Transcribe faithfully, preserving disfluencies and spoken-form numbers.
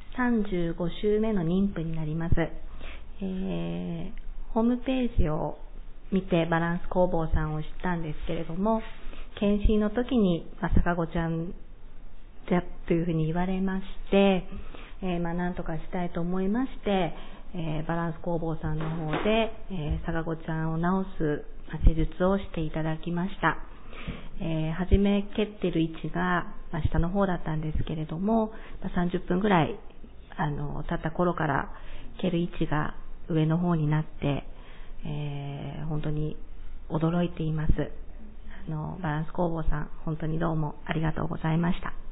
さんじゅうご週目の妊婦になります。えー、ホームページを見てバランス工房さんを知ったんですけれども、検診の時に、まあ、逆子ちゃんだというふうに言われまして、えー、まあ何とかしたいと思いまして、えー、バランス工房さんの方で、えー、逆子ちゃんを治す、まあ、施術をしていただきました。えー、初め蹴ってる位置が、まあ、下の方だったんですけれども、まあ、さんじゅっぷんぐらいあの経った頃から蹴る位置が上の方になって、えー、本当に驚いています。あのバランス工房さん、本当にどうもありがとうございました。